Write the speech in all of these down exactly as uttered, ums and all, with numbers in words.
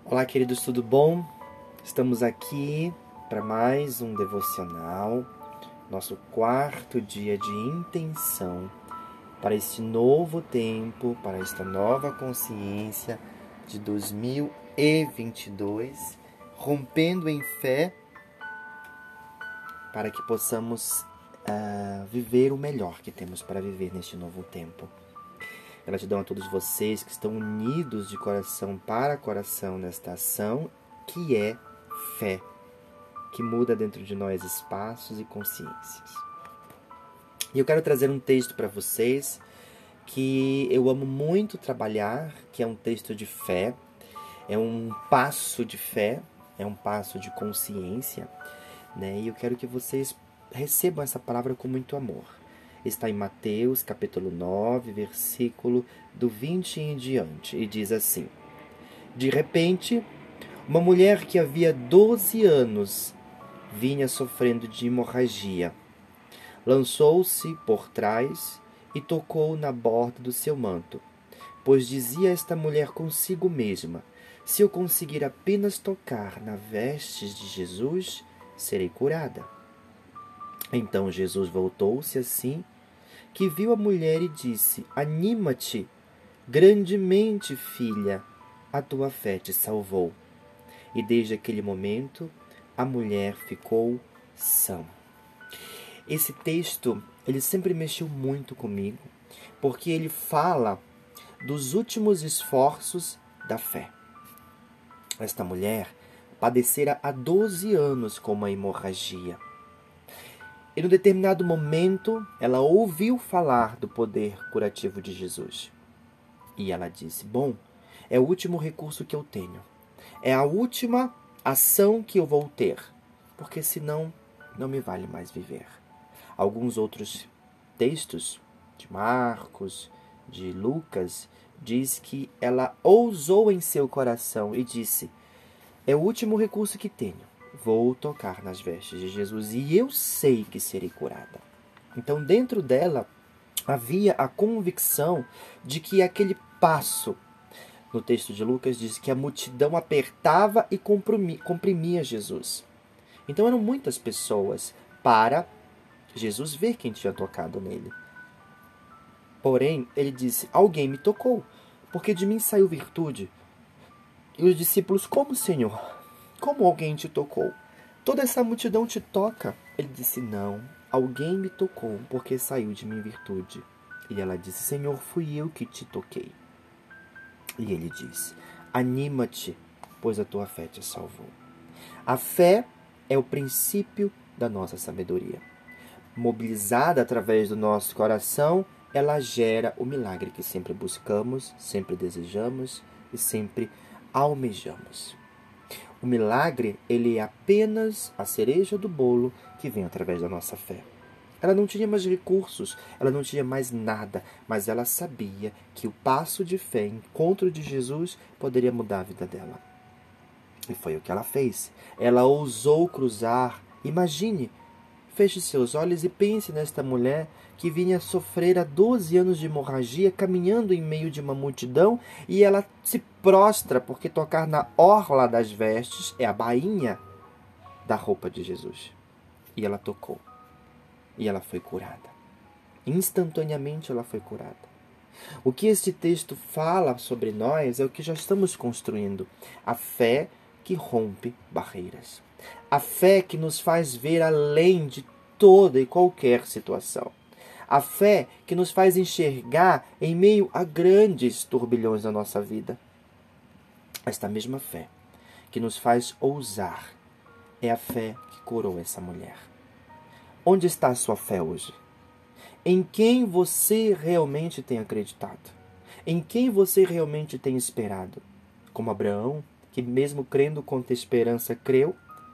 Olá, queridos, tudo bom? Estamos aqui para mais um devocional, nosso quarto dia de intenção para este novo tempo, para esta nova consciência de dois mil e vinte e dois, rompendo em fé para que possamos uh, viver o melhor que temos para viver neste novo tempo. Gratidão a todos vocês que estão unidos de coração para coração nesta ação, que é fé, que muda dentro de nós espaços e consciências. E eu quero trazer um texto para vocês que eu amo muito trabalhar, que é um texto de fé, é um passo de fé, é um passo de consciência, né? E eu quero que vocês recebam essa palavra com muito amor. Está em Mateus, capítulo nove, versículo do vinte em diante, e diz assim: De repente, uma mulher que havia doze anos vinha sofrendo de hemorragia. Lançou-se por trás e tocou na borda do seu manto, pois dizia esta mulher consigo mesma: se eu conseguir apenas tocar na vestes de Jesus, serei curada. Então Jesus voltou-se assim, que viu a mulher e disse: Anima-te, grandemente, filha, a tua fé te salvou. E desde aquele momento, a mulher ficou sã. Esse texto, ele sempre mexeu muito comigo, porque ele fala dos últimos esforços da fé. Esta mulher padecera há doze anos com uma hemorragia. E, num determinado momento, ela ouviu falar do poder curativo de Jesus. E ela disse: bom, é o último recurso que eu tenho. É a última ação que eu vou ter. Porque senão, não me vale mais viver. Alguns outros textos, de Marcos, de Lucas, diz que ela ousou em seu coração e disse: é o último recurso que tenho. Vou tocar nas vestes de Jesus e eu sei que serei curada. Então, dentro dela, havia a convicção de que aquele passo, no texto de Lucas, diz que a multidão apertava e comprimia Jesus. Então, eram muitas pessoas para Jesus ver quem tinha tocado nele. Porém, ele disse: alguém me tocou, porque de mim saiu virtude. E os discípulos: como, Senhor? Como alguém te tocou? Toda essa multidão te toca. Ele disse: não, alguém me tocou, porque saiu de mim virtude. E ela disse: Senhor, fui eu que te toquei. E ele disse: anima-te, pois a tua fé te salvou. A fé é o princípio da nossa sabedoria. Mobilizada através do nosso coração, ela gera o milagre que sempre buscamos, sempre desejamos e sempre almejamos. O milagre, ele é apenas a cereja do bolo que vem através da nossa fé. Ela não tinha mais recursos, ela não tinha mais nada, mas ela sabia que o passo de fé, encontro de Jesus, poderia mudar a vida dela. E foi o que ela fez. Ela ousou cruzar. Imagine, feche seus olhos e pense nesta mulher que vinha sofrer há doze anos de hemorragia, caminhando em meio de uma multidão, e ela se prostra, porque tocar na orla das vestes é a bainha da roupa de Jesus. E ela tocou. E ela foi curada. Instantaneamente ela foi curada. O que este texto fala sobre nós é o que já estamos construindo. A fé que rompe barreiras. A fé que nos faz ver além de toda e qualquer situação. A fé que nos faz enxergar em meio a grandes turbilhões da nossa vida. Esta mesma fé que nos faz ousar é a fé que curou essa mulher. Onde está a sua fé hoje? Em quem você realmente tem acreditado? Em quem você realmente tem esperado? Como Abraão, que mesmo crendo contra esperança creu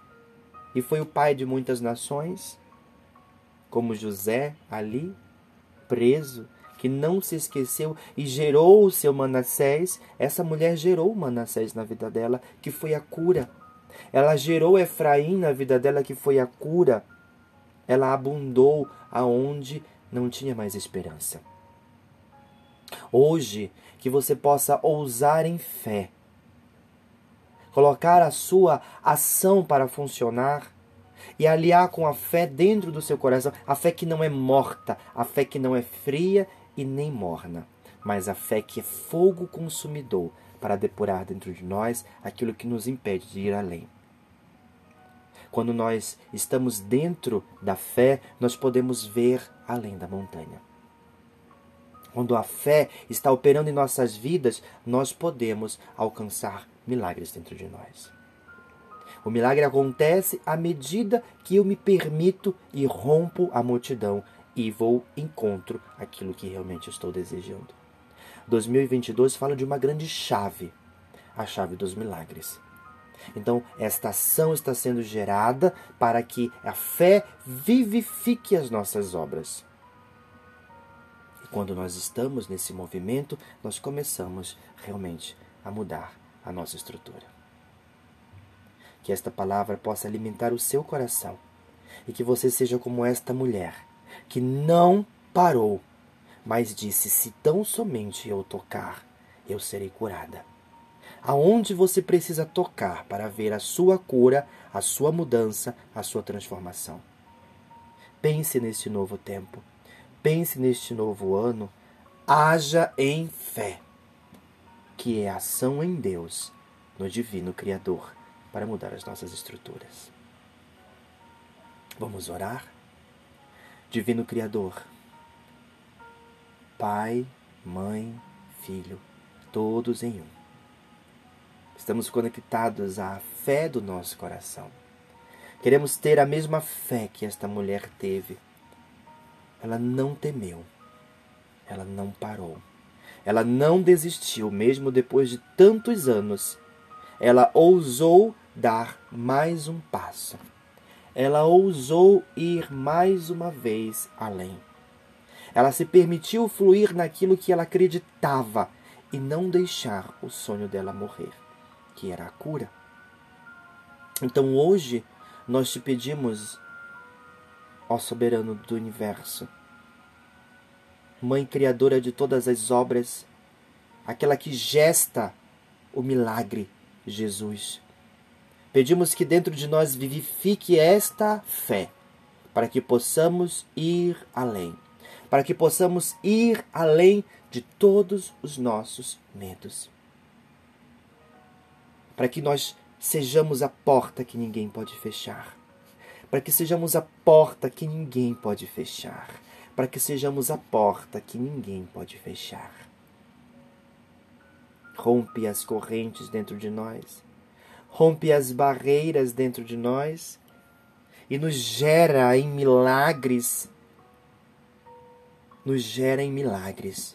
e foi o pai de muitas nações, como José ali, preso, que não se esqueceu e gerou o seu Manassés. Essa mulher gerou Manassés na vida dela, que foi a cura. Ela gerou Efraim na vida dela, que foi a cura. Ela abundou aonde não tinha mais esperança. Hoje, que você possa ousar em fé, colocar a sua ação para funcionar e aliar com a fé dentro do seu coração, a fé que não é morta, a fé que não é fria e nem morna, mas a fé que é fogo consumidor para depurar dentro de nós aquilo que nos impede de ir além. Quando nós estamos dentro da fé, nós podemos ver além da montanha. Quando a fé está operando em nossas vidas, nós podemos alcançar milagres dentro de nós. O milagre acontece à medida que eu me permito e rompo a multidão e vou encontro aquilo que realmente estou desejando. dois mil e vinte e dois fala de uma grande chave, a chave dos milagres. Então, esta ação está sendo gerada para que a fé vivifique as nossas obras. E quando nós estamos nesse movimento, nós começamos realmente a mudar a nossa estrutura. Que esta palavra possa alimentar o seu coração e que você seja como esta mulher, que não parou, mas disse: se tão somente eu tocar, eu serei curada. Aonde você precisa tocar para ver a sua cura, a sua mudança, a sua transformação? Pense neste novo tempo. Pense neste novo ano. Haja em fé, que é ação em Deus, no Divino Criador, para mudar as nossas estruturas. Vamos orar? Divino Criador, Pai, Mãe, Filho, todos em um. Estamos conectados à fé do nosso coração. Queremos ter a mesma fé que esta mulher teve. Ela não temeu. Ela não parou. Ela não desistiu, mesmo depois de tantos anos. Ela ousou dar mais um passo. Ela ousou ir mais uma vez além. Ela se permitiu fluir naquilo que ela acreditava e não deixar o sonho dela morrer, que era a cura. Então hoje nós te pedimos, ó soberano do universo, Mãe criadora de todas as obras, aquela que gesta o milagre, Jesus. Pedimos que dentro de nós vivifique esta fé, para que possamos ir além, para que possamos ir além de todos os nossos medos. Para que nós sejamos a porta que ninguém pode fechar. Para que sejamos a porta que ninguém pode fechar. Para que sejamos a porta que ninguém pode fechar. Rompe as correntes dentro de nós. Rompe as barreiras dentro de nós. E nos gera em milagres. Nos gera em milagres.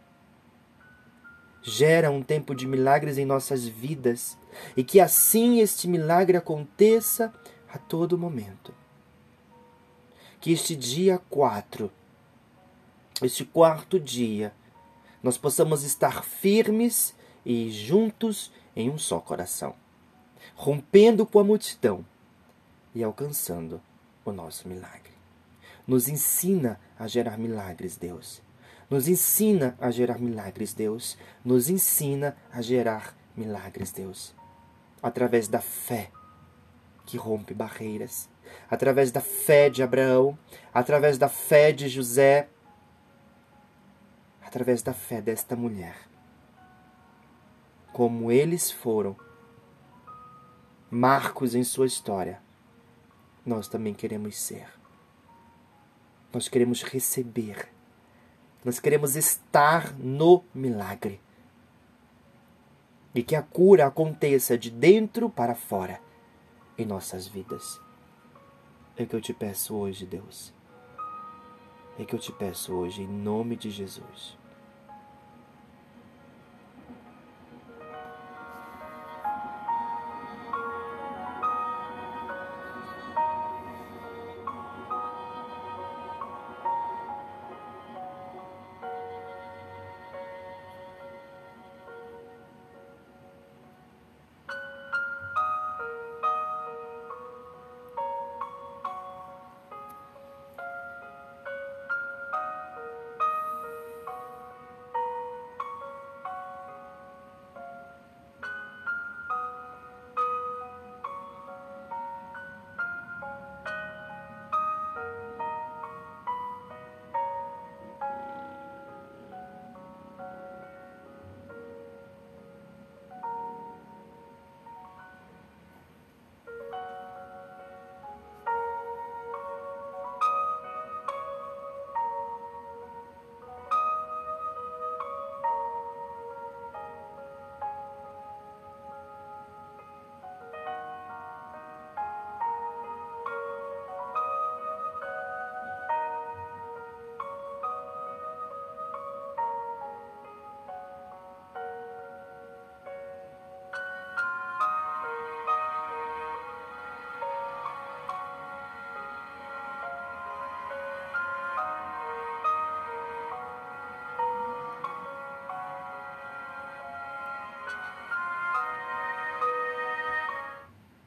Gera um tempo de milagres em nossas vidas e que assim este milagre aconteça a todo momento. Que este dia quatro, este quarto dia, nós possamos estar firmes e juntos em um só coração, rompendo com a multidão e alcançando o nosso milagre. Nos ensina a gerar milagres, Deus. Nos ensina a gerar milagres, Deus. Nos ensina a gerar milagres, Deus. Através da fé que rompe barreiras. Através da fé de Abraão. Através da fé de José. Através da fé desta mulher. Como eles foram marcos em sua história, nós também queremos ser. Nós queremos receber. Nós queremos estar no milagre. E que a cura aconteça de dentro para fora em nossas vidas. É que eu te peço hoje, Deus. É que eu te peço hoje, em nome de Jesus.